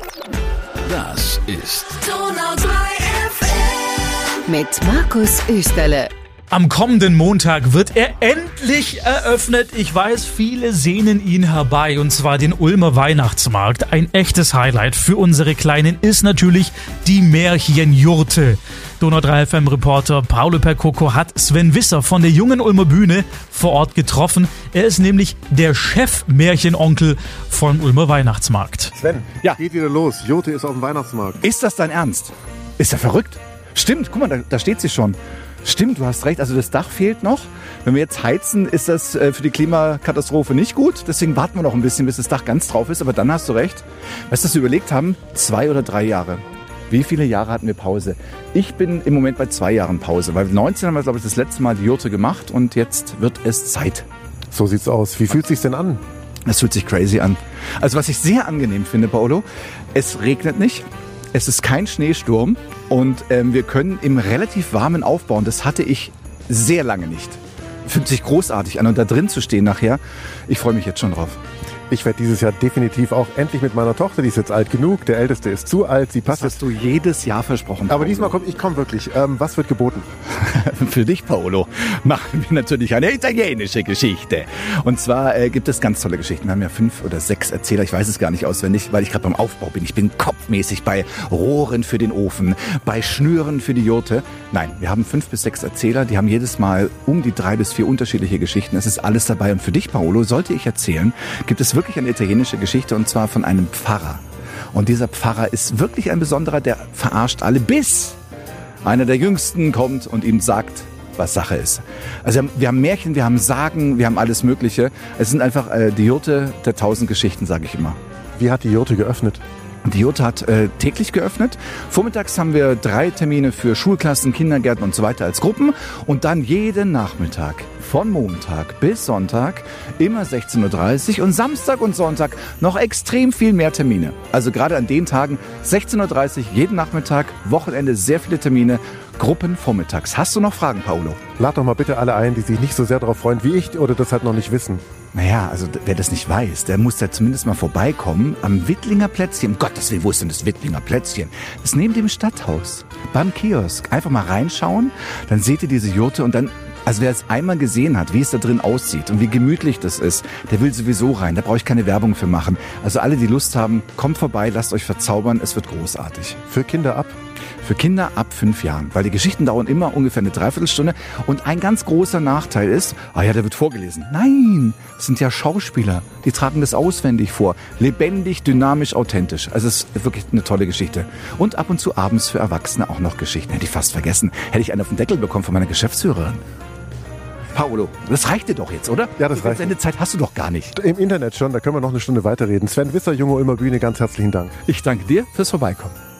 Das ist Donau 3 FM. Mit Markus Österle. Am kommenden Montag wird er endlich eröffnet. Ich weiß, viele sehnen ihn herbei, und zwar den Ulmer Weihnachtsmarkt. Ein echtes Highlight für unsere Kleinen ist natürlich die Märchenjurte. Donau 3 FM-Reporter Paolo Percoco hat Sven Visser von der Jungen Ulmer Bühne vor Ort getroffen. Er ist nämlich der Chef-Märchenonkel vom Ulmer Weihnachtsmarkt. Sven, Ja. geht wieder los. Jurte ist auf dem Weihnachtsmarkt. Ist das dein Ernst? Ist ja verrückt. Stimmt, guck mal, da steht sie schon. Stimmt, du hast recht, also das Dach fehlt noch. Wenn wir jetzt heizen, ist das für die Klimakatastrophe nicht gut. Deswegen warten wir noch ein bisschen, bis das Dach ganz drauf ist. Aber dann hast du recht. Weißt du, was wir überlegt haben? 2 oder 3 Jahre. Wie viele Jahre hatten wir Pause? Ich bin im Moment bei 2 Jahren Pause. Weil 19 haben wir, glaube ich, das letzte Mal die Jurte gemacht. Und jetzt wird es Zeit. So sieht's aus. Wie fühlt sich's denn an? Das fühlt sich crazy an. Also was ich sehr angenehm finde, Paolo, es regnet nicht. Es ist kein Schneesturm und wir können im relativ warmen aufbauen. Das hatte ich sehr lange nicht. Fühlt sich großartig an und da drin zu stehen nachher, ich freue mich jetzt schon drauf. Ich werde dieses Jahr definitiv auch endlich mit meiner Tochter, die ist jetzt alt genug, der Älteste ist zu alt, sie passt Das hast du jedes Jahr versprochen. Aber diesmal ich komme wirklich. Was wird geboten? Für dich, Paolo, machen wir natürlich eine italienische Geschichte. Und zwar gibt es ganz tolle Geschichten. Wir haben ja 5 oder 6 Erzähler, ich weiß es gar nicht auswendig, weil ich gerade beim Aufbau bin. Ich bin kopfmäßig bei Rohren für den Ofen, bei Schnüren für die Jurte. Nein, wir haben 5 bis 6 Erzähler, die haben jedes Mal um die 3 bis 4 unterschiedliche Geschichten. Es ist alles dabei. Und für dich, Paolo, sollte ich erzählen, gibt es wirklich eine italienische Geschichte und zwar von einem Pfarrer. Und dieser Pfarrer ist wirklich ein besonderer, der verarscht alle, bis einer der Jüngsten kommt und ihm sagt, was Sache ist. Also wir haben Märchen, wir haben Sagen, wir haben alles Mögliche. Es sind einfach die Jurte der 1000 Geschichten, sage ich immer. Wie hat die Jurte geöffnet? Die Jurte hat täglich geöffnet. Vormittags haben wir 3 Termine für Schulklassen, Kindergärten und so weiter als Gruppen. Und dann jeden Nachmittag, von Montag bis Sonntag, immer 16.30 Uhr und Samstag und Sonntag noch extrem viel mehr Termine. Also gerade an den Tagen 16.30 Uhr, jeden Nachmittag, Wochenende sehr viele Termine, Gruppen vormittags. Hast du noch Fragen, Paolo? Lad doch mal bitte alle ein, die sich nicht so sehr darauf freuen wie ich oder das halt noch nicht wissen. Naja, also wer das nicht weiß, der muss da zumindest mal vorbeikommen am Wittlinger Plätzchen. Um Gottes Willen, wo ist denn das Wittlinger Plätzchen? Das ist neben dem Stadthaus, beim Kiosk. Einfach mal reinschauen, dann seht ihr diese Jurte und dann, also wer es einmal gesehen hat, wie es da drin aussieht und wie gemütlich das ist, der will sowieso rein. Da brauche ich keine Werbung für machen. Also alle, die Lust haben, kommt vorbei, lasst euch verzaubern, es wird großartig. Für Kinder ab? Für Kinder ab 5 Jahren, weil die Geschichten dauern immer ungefähr eine Dreiviertelstunde. Und ein ganz großer Nachteil ist, der wird vorgelesen. Nein, das sind ja Schauspieler, die tragen das auswendig vor. Lebendig, dynamisch, authentisch. Also es ist wirklich eine tolle Geschichte. Und ab und zu abends für Erwachsene auch noch Geschichten. Hätte ich fast vergessen. Hätte ich einen auf den Deckel bekommen von meiner Geschäftsführerin. Paolo, das reicht dir doch jetzt, oder? Ja, das reicht. Sendezeit hast du doch gar nicht. Im Internet schon, da können wir noch eine Stunde weiterreden. Sven Visser, Junge Ulmer Bühne, ganz herzlichen Dank. Ich danke dir fürs Vorbeikommen.